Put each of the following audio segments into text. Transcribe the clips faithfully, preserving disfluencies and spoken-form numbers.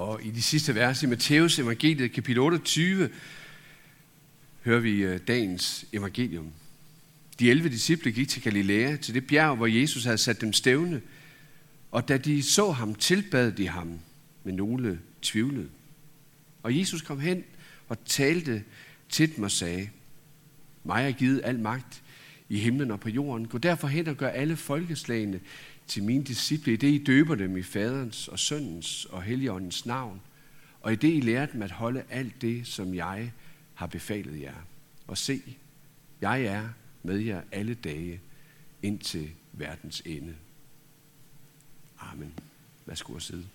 Og i de sidste vers i Matthæus evangeliet, kapitel otteogtyve, hører vi dagens evangelium. De elleve disciple gik til Galilea, til det bjerg, hvor Jesus havde sat dem stævne. Og da de så ham, tilbad de ham, men nogle tvivlede. Og Jesus kom hen og talte til dem og sagde, mig er givet al magt i himlen og på jorden. Gå derfor hen og gør alle folkeslagene til mine disciple, i det I døber dem i faderens og søndens og helligåndens navn, og i det I lærer dem at holde alt det, som jeg har befalet jer. Og se, jeg er med jer alle dage indtil verdens ende. Amen. Værsgo at sidde.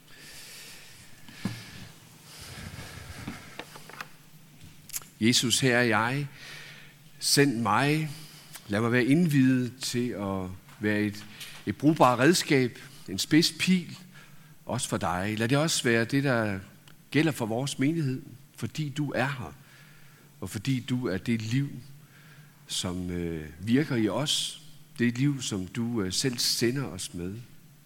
Jesus, her er jeg. Send mig. Lad mig være indviet til at være et, et brugbart redskab, en spids pil, også for dig. Lad det også være det, der gælder for vores menighed, fordi du er her, og fordi du er det liv, som øh, virker i os, det liv, som du øh, selv sender os med.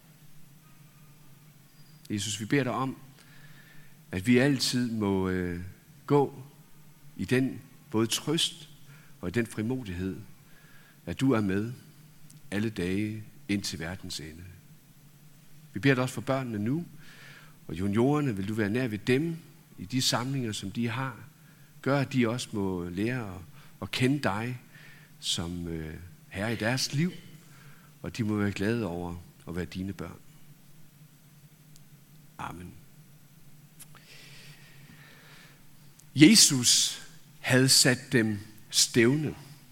Jesus, vi beder dig om, at vi altid må øh, gå i den både trøst og i den frimodighed, at du er med alle dage ind til verdens ende. Vi beder dig også for børnene nu, og juniorerne, vil du være nær ved dem i de samlinger, som de har. Gør, at de også må lære at, at kende dig som øh, herre i deres liv, og de må være glade over at være dine børn. Amen. Jesus havde sat dem stævne.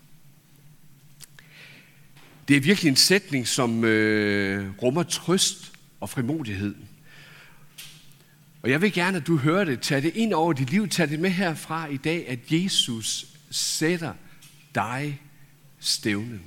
Det er virkelig en sætning, som øh, rummer trøst og frimodighed. Og jeg vil gerne, at du hører det, tag det ind over dit liv, tag det med herfra i dag, at Jesus sætter dig stævne.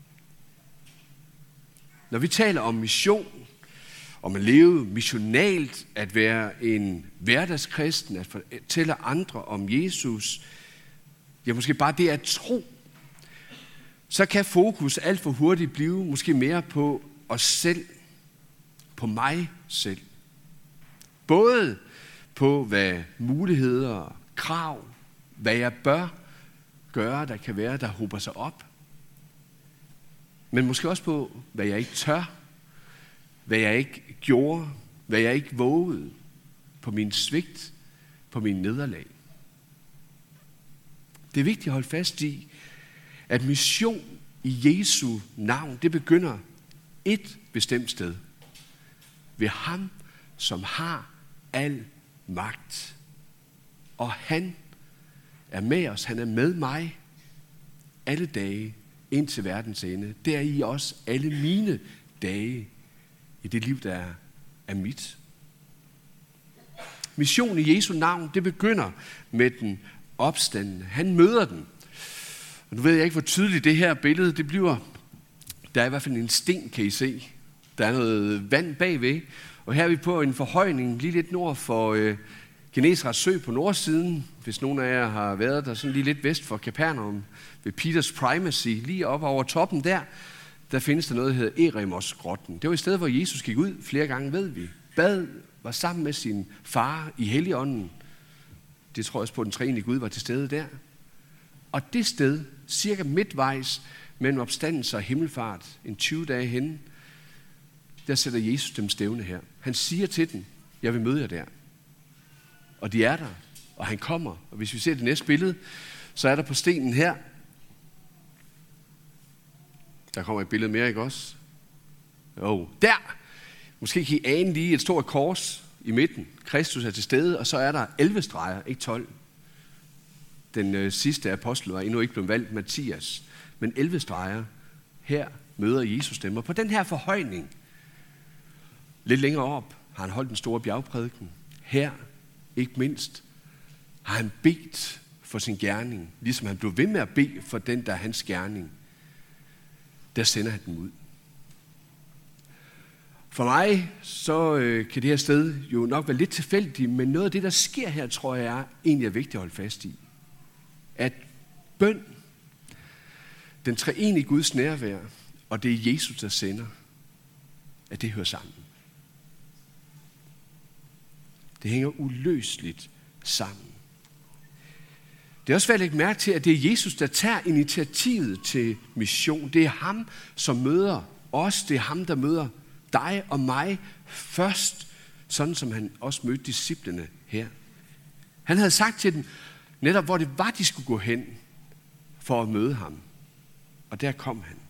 Når vi taler om mission, om at leve missionalt, at være en hverdagskristen, at fortælle andre om Jesus, ja måske bare det at tro, så kan fokus alt for hurtigt blive måske mere på os selv, på mig selv. Både på hvad muligheder, krav, hvad jeg bør gøre, der kan være, der hober sig op. Men måske også på, hvad jeg ikke tør, hvad jeg ikke gjorde, hvad jeg ikke vågede, på min svigt, på min nederlag. Det er vigtigt at holde fast i, at mission i Jesu navn, det begynder et bestemt sted. Ved ham, som har al magt. Og han er med os, han er med mig alle dage ind til verdens ende. Det er i også alle mine dage i det liv, der er, er mit. Mission i Jesu navn, det begynder med den opstandne. Han møder den. Og nu ved jeg ikke, hvor tydeligt det her billede det bliver. Der er i hvert fald en sten, kan I se. Der er noget vand bagved. Og her er vi på en forhøjning lige lidt nord for øh, Genesarets sø på nordsiden. Hvis nogen af jer har været der, sådan lige lidt vest for Kapernaum, ved Peters Primacy, lige oppe over toppen der, der findes der noget, der hedder Eremos-grotten. Det var et sted, hvor Jesus gik ud flere gange, ved vi. Bad, var sammen med sin far i Helligånden. Det tror jeg også på, den treenige Gud var til stede der. Og det sted, cirka midtvejs mellem opstandelse og himmelfart, en tyve dage henne, der sætter Jesus dem stævne her. Han siger til dem, jeg vil møde jer der. Og de er der, og han kommer. Og hvis vi ser det næste billede, så er der på stenen her, der kommer et billede mere, ikke også? Jo, der! Måske kan I ane lige et stort kors i midten. Kristus er til stede, og så er der elleve streger, ikke tolv. Den øh, sidste apostel var endnu ikke blevet valgt, Mathias. Men elleve streger, her møder Jesus dem. Og på den her forhøjning, lidt længere op, har han holdt den store bjergprædiken. Her, ikke mindst, har han bedt for sin gerning, ligesom han blev ved med at bede for den, der er hans gerning. Der sender han dem ud. For mig, så øh, kan det her sted jo nok være lidt tilfældigt, men noget af det, der sker her, tror jeg, er egentlig er vigtigt at holde fast i. At bøn, den treenige Guds nærvær, og det er Jesus, der sender, at det hører sammen. Det hænger uløseligt sammen. Det er også værd at lægge mærke til, at det er Jesus, der tager initiativet til mission. Det er ham, som møder os. Det er ham, der møder dig og mig først, sådan som han også mødte disciplene her. Han havde sagt til dem, netop hvor det var, de skulle gå hen for at møde ham. Og der kom han.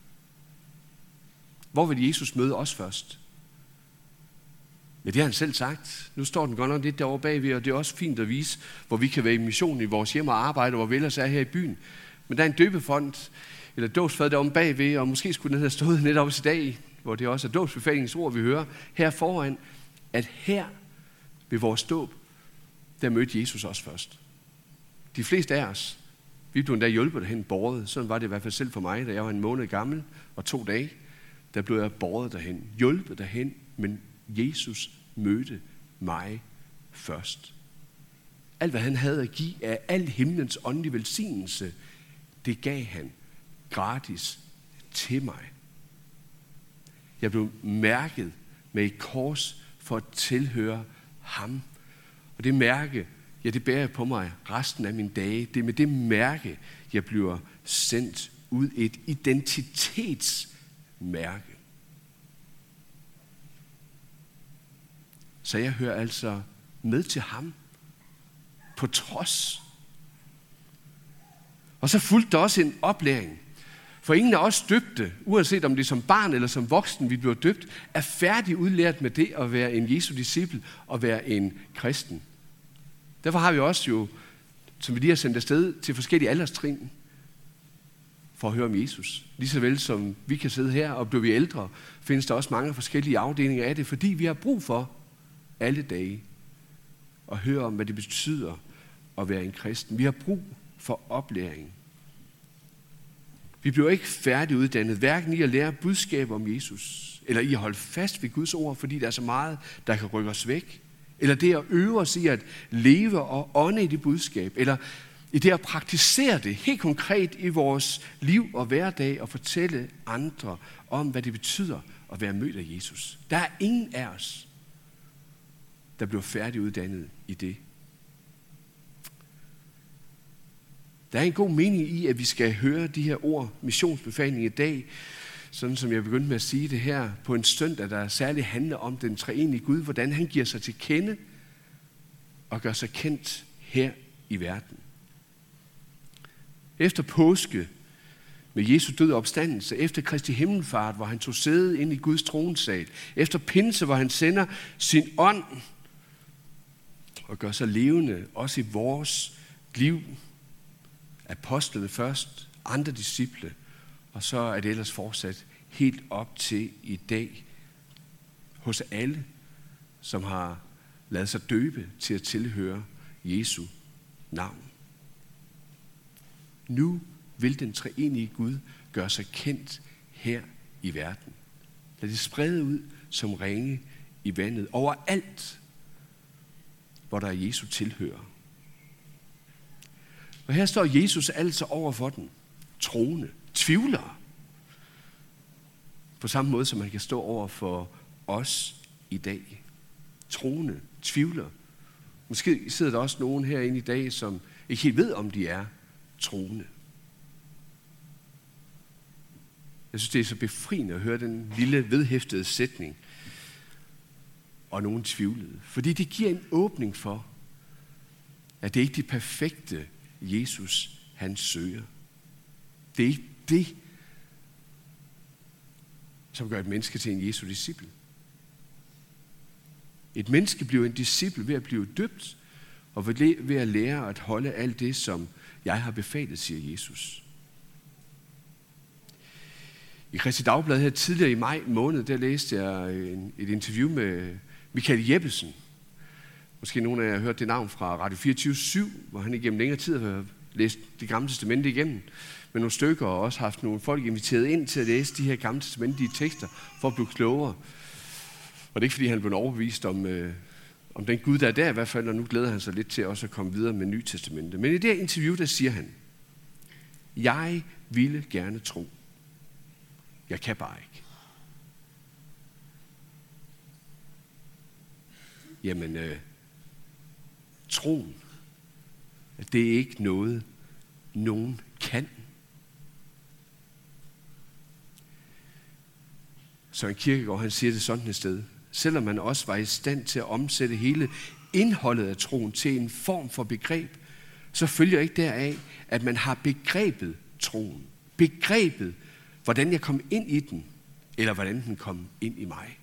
Hvor vil Jesus møde os først? Ja, det har han selv sagt. Nu står den godt nok lidt derovre bagved, og det er også fint at vise, hvor vi kan være i mission i vores hjem og arbejde, hvor vi ellers er her i byen. Men der er en døbefond, eller dåbsfad deromme bagved, og måske skulle den have stået netop også i dag, hvor det også er dåbsbefalingsens ord, vi hører her foran, at her ved vores dåb, der mødte Jesus os først. De fleste af os, vi blev endda hjulpet derhen, båret. Sådan var det i hvert fald selv for mig, da jeg var en måned gammel og to dage. Der blev jeg båret derhen, hjulpet derhen, men Jesus mødte mig først. Alt hvad han havde at give af al himlens åndelige velsignelse, det gav han gratis til mig. Jeg blev mærket med et kors for at tilhøre ham. Og det mærke, ja, det bærer jeg på mig resten af mine dage. Det er med det mærke, jeg bliver sendt ud, et identitetsmærke. Så jeg hører altså med til ham på trods. Og så fulgte der også en oplæring. For ingen af os døbte, uanset om det er som barn eller som voksen, vi bliver døbt, er færdig udlært med det at være en Jesu disciple og være en kristen. Derfor har vi også jo, som vi lige har sendt afsted til forskellige alderstrin, for at høre om Jesus. Ligeså vel som vi kan sidde her, og bliver vi ældre, findes der også mange forskellige afdelinger af det, fordi vi har brug for alle dage at høre om, hvad det betyder at være en kristen. Vi har brug for oplæring. Vi bliver ikke færdiguddannet, hverken i at lære budskaber om Jesus, eller i at holde fast ved Guds ord, fordi der er så meget, der kan rykke os væk. Eller det at øve os i at leve og ånde i det budskab, eller i det at praktisere det helt konkret i vores liv og hverdag, og fortælle andre om, hvad det betyder at være mødt af Jesus. Der er ingen af os, der bliver færdiguddannet i det. Der er en god mening i, at vi skal høre de her ord, missionsbefaling i dag, sådan som jeg begyndte med at sige det her, på en søndag, der særligt handler om den treenige Gud, hvordan han giver sig til kende og gør sig kendt her i verden. Efter påske med Jesu død og opstandelse, efter Kristi himmelfart, hvor han tog sæde ind i Guds tronsal, efter pinse, hvor han sender sin ånd og gør sig levende, også i vores liv. Apostlene først, andre disciple, og så er det ellers fortsat helt op til i dag hos alle, som har ladet sig døbe til at tilhøre Jesu navn. Nu vil den treenige Gud gøre sig kendt her i verden. Lad det sprede ud som ringe i vandet overalt, hvor der er Jesu tilhører. Og her står Jesus altså over for den troende, tvivlere. På samme måde, som man kan stå over for os i dag. Troende, tvivlere. Måske sidder der også nogen herinde i dag, som ikke helt ved, om de er troende. Jeg synes, det er så befriende at høre den lille vedhæftede sætning. Og nogen tvivlede. Fordi det giver en åbning for, at det ikke er det perfekte Jesus, han søger. Det er ikke det, som gør et menneske til en Jesu disciple. Et menneske bliver en disciple ved at blive døbt, og ved at lære at holde alt det, som jeg har befalet, siger Jesus. I Kristi Dagblad her tidligere i maj måned, der læste jeg en, et interview med Michael Jeppesen. Måske nogle af jer har hørt det navn fra Radio fireogtyve syv, hvor han igennem længere tid har læst det gamle testamente igennem med nogle stykker, og også haft nogle folk inviteret ind til at læse de her gamle testamentlige tekster for at blive klogere. Og det er ikke, fordi han blev overbevist om, øh, om den Gud, der er der i hvert fald, og nu glæder han sig lidt til også at komme videre med Nye Testamente. Men i det her interview, der siger han, jeg ville gerne tro. Jeg kan bare ikke. Jamen, øh, troen, at det er ikke noget, nogen kan. Søren Kierkegaard, han siger det sådan et sted. Selvom man også var i stand til at omsætte hele indholdet af troen til en form for begreb, så følger ikke deraf, at man har begrebet troen. Begrebet, hvordan jeg kom ind i den, eller hvordan den kom ind i mig.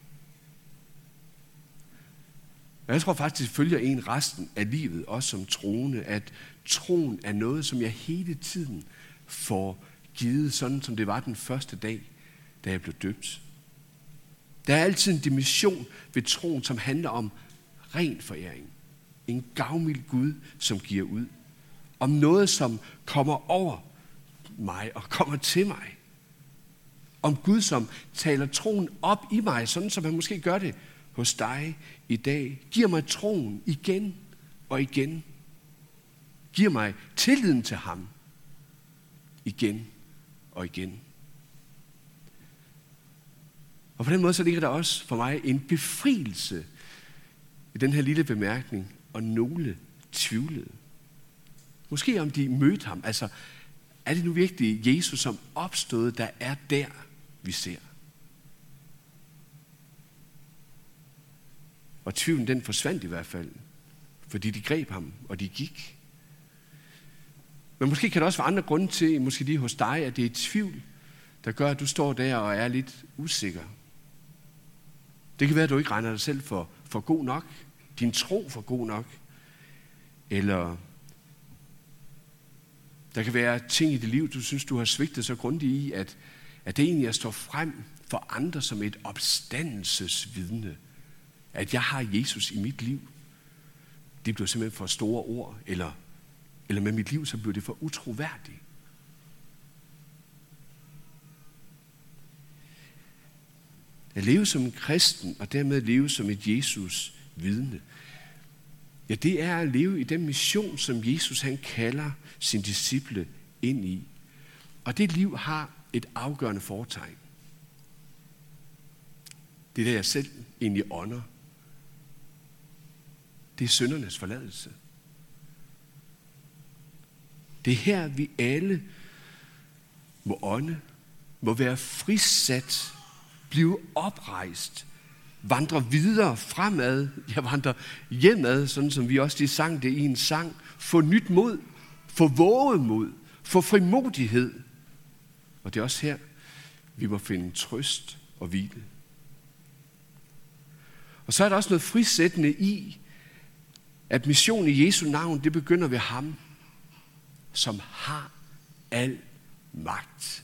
Og jeg tror faktisk, det følger en resten af livet, også som troende, at troen er noget, som jeg hele tiden får givet, sådan som det var den første dag, da jeg blev døbt. Der er altid en dimension ved troen, som handler om ren foræring. En gavmild Gud, som giver ud. Om noget, som kommer over mig og kommer til mig. Om Gud, som taler troen op i mig, sådan som han måske gør det hos dig i dag. Giver mig troen igen og igen. Giver mig tilliden til ham igen og igen. Og på den måde så ligger der også for mig en befrielse i den her lille bemærkning, og nogle tvivlede. Måske om de mødte ham. Altså, er det nu virkelig Jesus som opstået, der er der, vi ser? Og tvivlen, den forsvandt i hvert fald, fordi de greb ham, og de gik. Men måske kan der også være andre grunde til, måske lige hos dig, at det er tvivl, der gør, at du står der og er lidt usikker. Det kan være, at du ikke regner dig selv for, for god nok, din tro for god nok, eller der kan være ting i dit liv, du synes, du har svigtet så grundigt i, at, at det egentlig er at stå frem for andre som et opstandelsesvidne. At jeg har Jesus i mit liv. Det bliver simpelthen for store ord, eller, eller med mit liv, så bliver det for utroværdigt. At leve som en kristen, og dermed leve som et Jesus vidne, ja, det er at leve i den mission, som Jesus han kalder sine disciple ind i. Og det liv har et afgørende fortegn. Det er der, jeg selv egentlig ånder. Det er syndernes forladelse. Det er her, vi alle må ånde, må være frisat, blive oprejst, vandre videre fremad, jeg vandrer hjemad, sådan som vi også lige sang det i en sang, få nyt mod, få våget mod, få frimodighed. Og det er også her, vi må finde trøst og hvile. Og så er der også noget frisættende i, at missionen i Jesu navn, det begynder ved ham, som har al magt.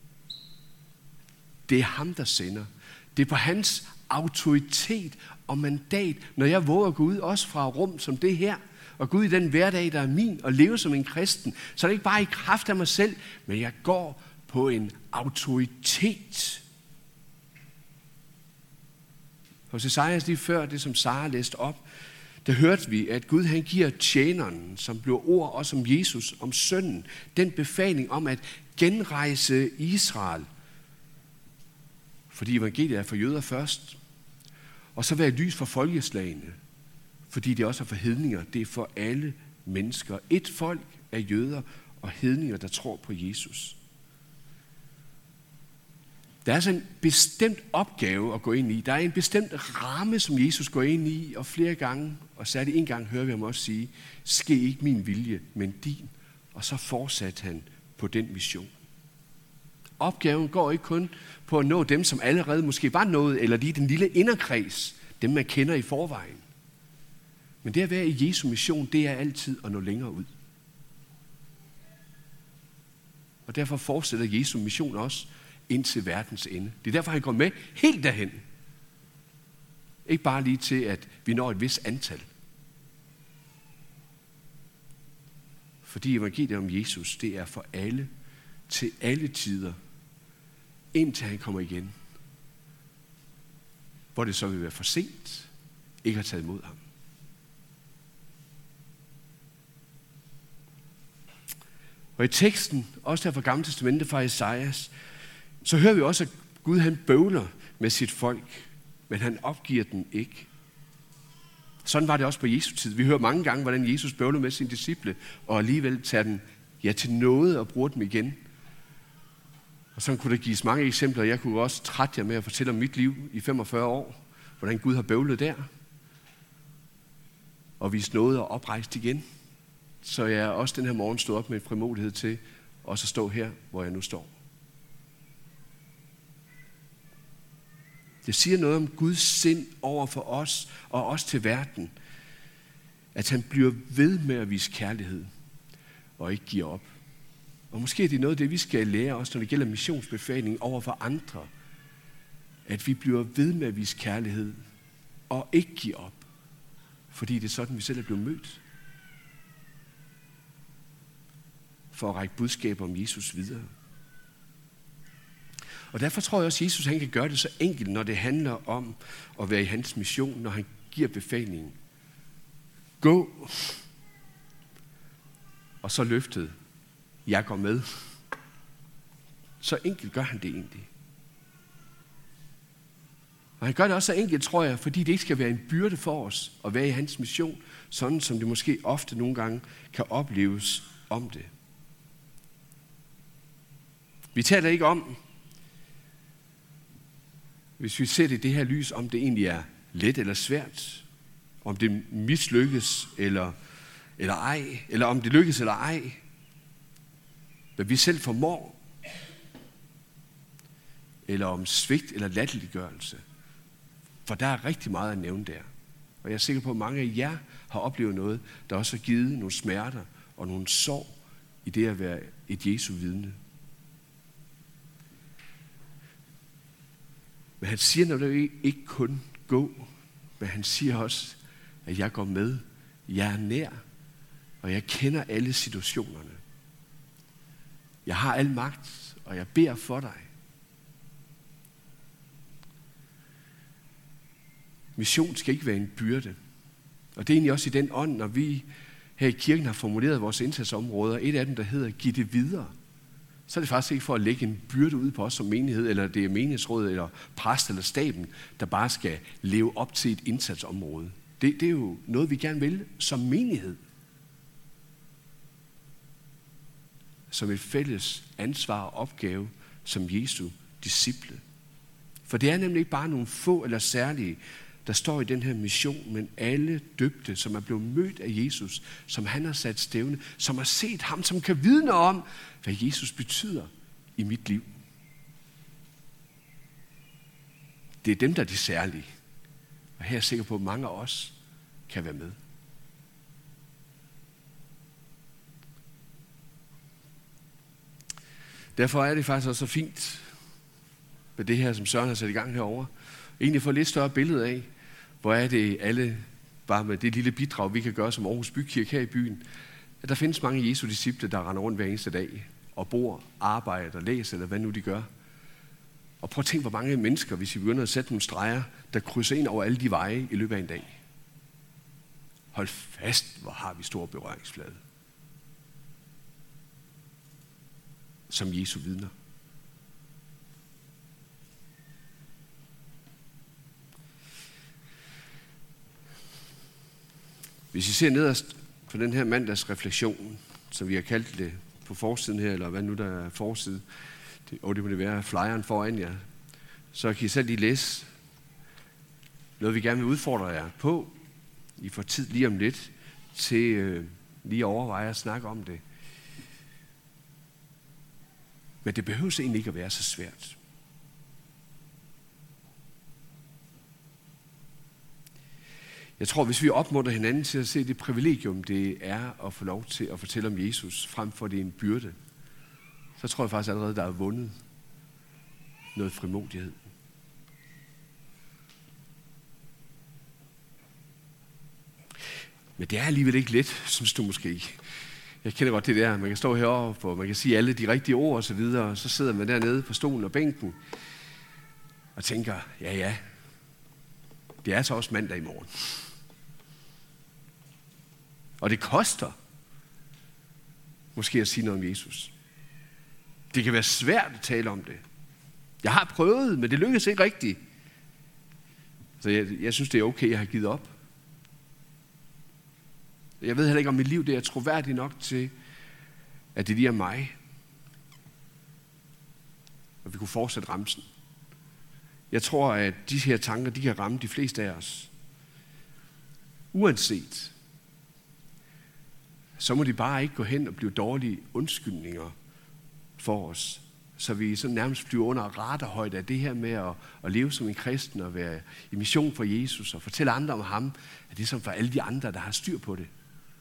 Det er ham, der sender. Det er på hans autoritet og mandat, når jeg våger at gå ud, også fra et rum som det her, og gå ud i den hverdag, der er min, og leve som en kristen, så er det ikke bare i kraft af mig selv, men jeg går på en autoritet. Hos Esajas lige før, det som Sara læste op, der hørte vi, at Gud han giver tjeneren, som bliver ord, og som Jesus, om sønnen, den befaling om at genrejse Israel. Fordi evangeliet er for jøder først, og så være lys for folkeslagene, fordi det også er for hedninger, det er for alle mennesker. Et folk af jøder og hedninger, der tror på Jesus. Der er altså en bestemt opgave at gå ind i. Der er en bestemt ramme, som Jesus går ind i, og flere gange, og særligt en gang hører vi ham også sige, ske ikke min vilje, men din. Og så fortsatte han på den mission. Opgaven går ikke kun på at nå dem, som allerede måske var nået, eller lige den lille inderkreds, dem man kender i forvejen. Men det at være i Jesu mission, det er altid at nå længere ud. Og derfor fortsætter Jesu mission også ind til verdens ende. Det er derfor, han går med helt derhen. Ikke bare lige til, at vi når et vis antal. Fordi evangeliet om Jesus, det er for alle, til alle tider, indtil han kommer igen. Hvor det så vil være for sent, ikke har taget imod ham. Og i teksten, også der fra Gamle Testamente fra Esajas, så hører vi også, at Gud han bøvler med sit folk, men han opgiver den ikke. Sådan var det også på Jesu tid. Vi hører mange gange, hvordan Jesus bøvler med sine disciple, og alligevel tager den ja, til noget og bruger dem igen. Og sådan kunne der gives mange eksempler. Jeg kunne også trætte jer med at fortælle om mit liv i femogfyrre år, hvordan Gud har bøvlet der, og vist noget og oprejst igen. Så jeg også den her morgen stod op med en frimodighed til også at stå her, hvor jeg nu står. Det siger noget om Guds sind over for os, og også til verden. At han bliver ved med at vise kærlighed, og ikke giver op. Og måske er det noget af det, vi skal lære os, når det gælder missionsbefaling over for andre. At vi bliver ved med at vise kærlighed, og ikke give op. Fordi det er sådan, vi selv er blevet mødt. For at række budskaber om Jesus videre. Og derfor tror jeg også, at Jesus han kan gøre det så enkelt, når det handler om at være i hans mission, når han giver befalingen. Gå. Og så løftet. Jeg går med. Så enkelt gør han det egentlig. Og han gør det også så enkelt, tror jeg, fordi det ikke skal være en byrde for os at være i hans mission, sådan som det måske ofte nogle gange kan opleves om det. Vi taler ikke om, hvis vi ser det i det her lys, om det egentlig er let eller svært, om det mislykkes eller, eller ej, eller om det lykkes eller ej, hvad vi selv formår, eller om svigt eller latterliggørelse. For der er rigtig meget at nævne der. Og jeg er sikker på, at mange af jer har oplevet noget, der også har givet nogle smerter og nogle sorg i det at være et Jesu vidne. Men han siger når det ikke kun gå, men han siger også, at jeg går med, jeg er nær, og jeg kender alle situationerne. Jeg har al magt, og jeg beder for dig. Mission skal ikke være en byrde. Og det er egentlig også i den ånd, når vi her i kirken har formuleret vores indsatsområder, et af dem, der hedder, giv det videre. Så er det faktisk ikke for at lægge en byrde ud på os som menighed, eller det er menighedsrådet, eller præst, eller staben, der bare skal leve op til et indsatsområde. Det, det er jo noget, vi gerne vil som menighed. Som et fælles ansvar og opgave som Jesu disciple. For det er nemlig ikke bare nogle få eller særlige, der står i den her mission, men alle døbte, som er blevet mødt af Jesus, som han har sat stævne, som har set ham, som kan vidne om, hvad Jesus betyder i mit liv. Det er dem, der er de særlige. Og her er jeg sikker på, at mange af os kan være med. Derfor er det faktisk også så fint med det her, som Søren har sat i gang herovre. Egentlig få et lidt større billede af, hvor er det alle, bare med det lille bidrag, vi kan gøre som Aarhus Bykirke her i byen, at der findes mange Jesu disciple, der render rundt hver eneste dag og bor, arbejder, læser, eller hvad nu de gør. Og prøv at tænke, hvor mange mennesker, hvis vi begynder at sætte nogle streger, der krydser ind over alle de veje i løbet af en dag. Hold fast, hvor har vi stor berøringsflade. Som Jesu vidner. Hvis I ser nederst på den her mandags refleksion, som vi har kaldt det på forsiden her, eller hvad nu der er forside, det, og det må det være flyeren foran jer, så kan I selv lige læse noget, vi gerne vil udfordre jer på. I får tid lige om lidt til øh, lige at overveje at snakke om det. Men det behøver egentlig ikke at være så svært. Jeg tror, hvis vi opmuntrer hinanden til at se det privilegium, det er at få lov til at fortælle om Jesus, frem for det er en byrde, så tror jeg faktisk allerede, der er vundet noget frimodighed. Men det er alligevel ikke let, synes du måske. Jeg kender godt det der, man kan stå heroppe, og man kan sige alle de rigtige ord og så videre, og så sidder man dernede på stolen og bænken og tænker, ja ja, det er så også mandag i morgen. Og det koster måske at sige noget om Jesus. Det kan være svært at tale om det. Jeg har prøvet, men det lykkedes ikke rigtigt. Så jeg, jeg synes, det er okay, jeg har givet op. Jeg ved heller ikke, om mit liv det er troværdigt nok til, at det lige er mig. Og vi kunne fortsætte ramsen. Jeg tror, at de her tanker, de kan ramme de fleste af os. Uanset, så må de bare ikke gå hen og blive dårlige undskyldninger for os. Så vi så nærmest flyver under radarhøjde af det her med at, at leve som en kristen og være i mission for Jesus og fortælle andre om ham, at det er som for alle de andre, der har styr på det.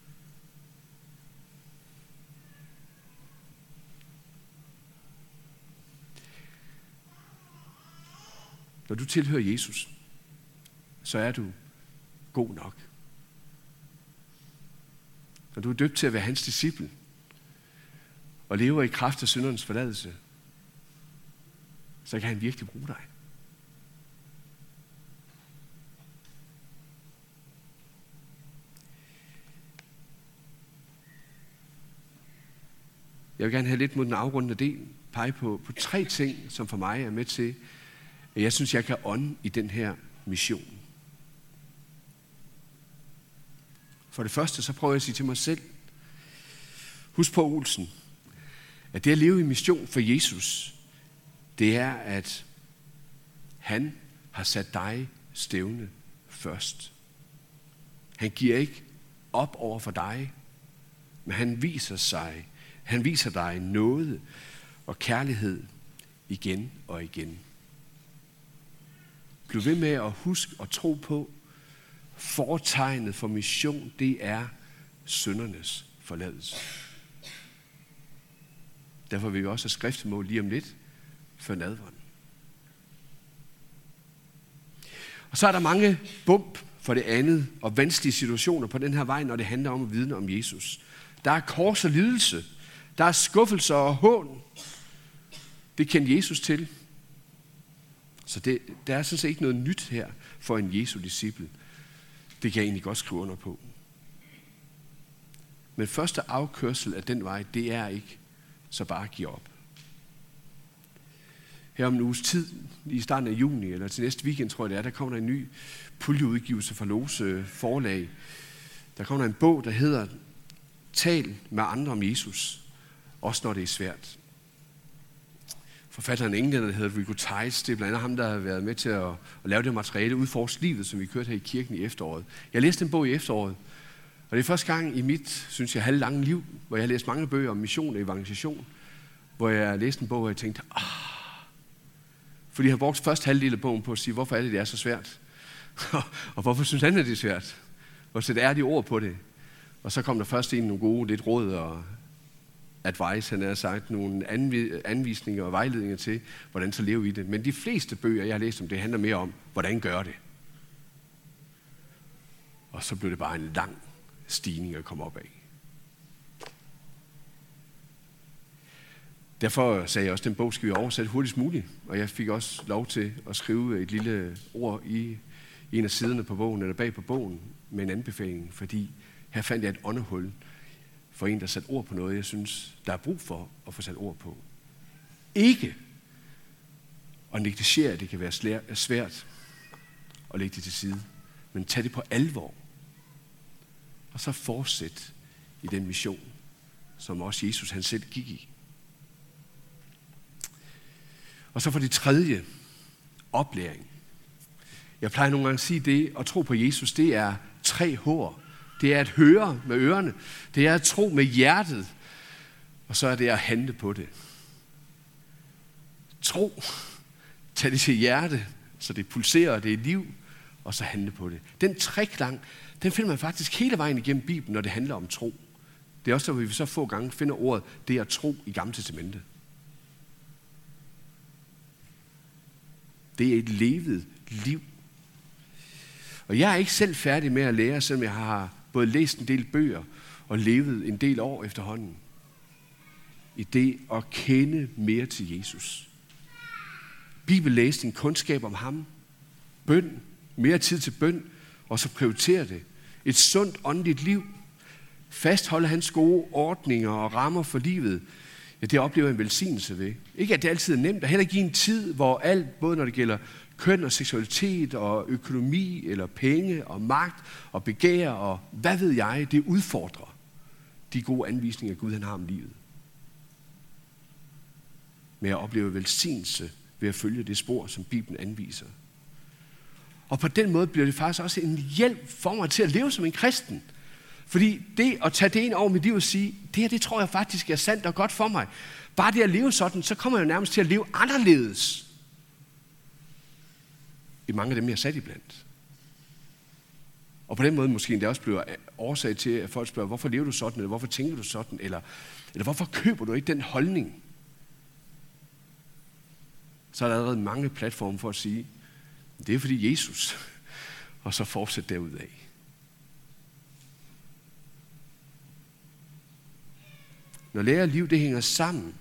Når du tilhører Jesus, så er du god nok. Når du er døbt til at være hans disciple, og lever i kraft af syndernes forladelse, så kan han virkelig bruge dig. Jeg vil gerne have lidt mod den afrundende del, pege på, på tre ting, som for mig er med til, at jeg synes, jeg kan ånde i den her mission. For det første, så prøver jeg at sige til mig selv, husk på, Olsen, at det at leve i mission for Jesus, det er, at han har sat dig stævne først. Han giver ikke op over for dig, men han viser sig, han viser dig nåde og kærlighed igen og igen. Bliv ved med at huske og tro på, fortegnet for mission, det er syndernes forladelse. Derfor vil vi også have skriftemål lige om lidt før nadveren. Og så er der mange bump for det andet og vanskelige situationer på den her vej, når det handler om at vidne om Jesus. Der er kors og lidelse. Der er skuffelser og hån. Det kendte Jesus til. Så det, der er sådan set ikke noget nyt her for en Jesu disciple. Det kan jeg egentlig godt skrive under på. Men første afkørsel af den vej, det er ikke så bare at give op. Her om en uges tid, i starten af juni, eller til næste weekend, tror jeg det er, der kommer der en ny puljeudgivelse fra Lose Forlag. Der kommer der en bog, der hedder Tal med andre om Jesus, også når det er svært. Forfatteren englænder, der hedder Rico Tice, det er blandt andet ham, der har været med til at, at lave det materiale, Udforsk livet, som vi kørte her i kirken i efteråret. Jeg læste en bog i efteråret, og det er første gang i mit, synes jeg, halvlange liv, hvor jeg har læst mange bøger om mission og evangelisation, hvor jeg læste en bog, og jeg tænkte, ah, fordi jeg har brugt første halvdel af bogen på at sige, hvorfor er det, det er så svært? Og hvorfor synes han, at det er svært? Og så er de ord på det. Og så kom der først ind nogle gode, lidt råd og advice, han har sagt, nogle anvisninger og vejledninger til, hvordan så leve i det. Men de fleste bøger, jeg har læst om det, handler mere om, hvordan gør det. Og så blev det bare en lang stigning at komme op af. Derfor sagde jeg også, at den bog skal vi oversætte hurtigst muligt. Og jeg fik også lov til at skrive et lille ord i en af siderne på bogen, eller bag på bogen, med en anbefaling. Fordi her fandt jeg et åndehul for en, der satte ord på noget, jeg synes, der er brug for at få sat ord på. Ikke at negligere, at det kan være svært at lægge det til side, men tag det på alvor. Og så fortsæt i den mission, som også Jesus han selv gik i. Og så for det tredje, oplæring. Jeg plejer nogle gange at sige det, at tro på Jesus, det er tre H'er. Det er at høre med ørerne, det er at tro med hjertet, og så er det at handle på det. Tro, tag det til hjerte, så det pulserer, og det er liv, og så handle på det. Den treklang, den finder man faktisk hele vejen igennem Bibelen, når det handler om tro. Det er også der, hvor vi så få gange finder ordet, det er at tro i Gamle Testamente. Det er et levet liv. Og jeg er ikke selv færdig med at lære, selvom jeg har både læst en del bøger og levet en del år efterhånden. I det at kende mere til Jesus. Bibellæsning, kundskab om ham, bøn, mere tid til bøn, og så prioritere det. Et sundt åndeligt liv, fastholde hans gode ordninger og rammer for livet, ja, det oplever en velsignelse ved. Ikke at det altid er nemt, og heller ikke i en tid, hvor alt, både når det gælder køn og seksualitet og økonomi eller penge og magt og begær og hvad ved jeg, det udfordrer de gode anvisninger, Gud han har om livet. Med at opleve velsignelse ved at følge det spor, som Bibelen anviser. Og på den måde bliver det faktisk også en hjælp for mig til at leve som en kristen. Fordi det at tage det ind over mit liv og sige, det her, det tror jeg faktisk er sandt og godt for mig. Bare det at leve sådan, så kommer jeg jo nærmest til at leve anderledes i mange af dem, jeg er sat iblandt. Og på den måde måske endda også bliver årsag til, at folk spørger, hvorfor lever du sådan, eller hvorfor tænker du sådan, eller, eller hvorfor køber du ikke den holdning? Så er der allerede mange platforme for at sige, det er fordi Jesus, og så fortsæt derudad. Når lære og liv, det hænger sammen,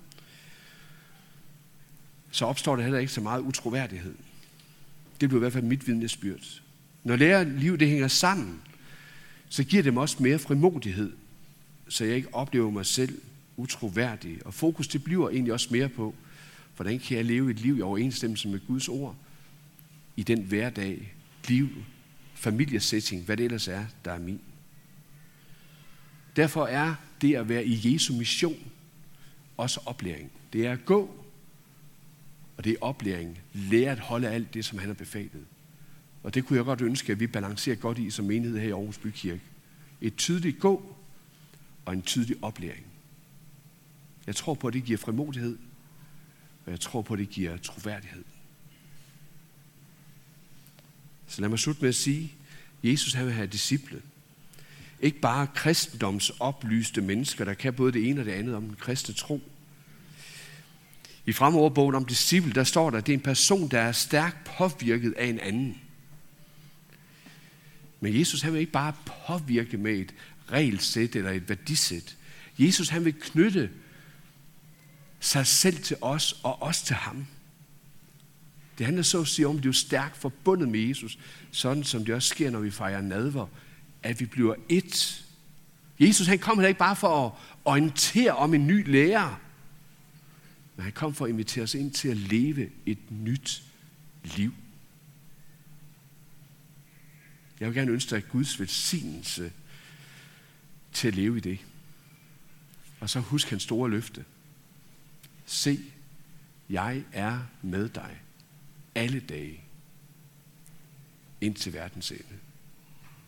så opstår der heller ikke så meget utroværdighed. Det bliver i hvert fald mit vidnesbyrd. Når lære og liv, det hænger sammen, så giver det mig også mere frimodighed, så jeg ikke oplever mig selv utroværdig. Og fokus, det bliver egentlig også mere på, hvordan kan jeg leve et liv i overensstemmelse med Guds ord, i den hverdag, liv, familiesetting, hvad det ellers er, der er min. Derfor er det at være i Jesu mission også oplæring. Det er at gå, og det er oplæring. Lære at holde alt det, som han har befalet. Og det kunne jeg godt ønske, at vi balancerer godt i som menighed her i Aarhus Bykirke. Et tydeligt gå og en tydelig oplæring. Jeg tror på, at det giver frimodighed, og jeg tror på, at det giver troværdighed. Så lad mig slutte med at sige, at Jesus han vil have disciple. Ikke bare kristendomsoplyste mennesker, der kan både det ene og det andet om den kristne tro. I fremoverbogen om disciple, der står der, at det er en person, der er stærkt påvirket af en anden. Men Jesus han vil ikke bare påvirke med et regelsæt eller et værdisæt. Jesus han vil knytte sig selv til os og os til ham. Det handler så at sige om, at det er stærkt forbundet med Jesus, sådan som det også sker, når vi fejrer nadver, at vi bliver ét. Jesus han kom heller ikke bare for at orientere om en ny lære, men han kom for at invitere os ind til at leve et nyt liv. Jeg vil gerne ønske dig Guds velsignelse til at leve i det. Og så husk hans store løfte. Se, jeg er med dig alle dage indtil verdens ende.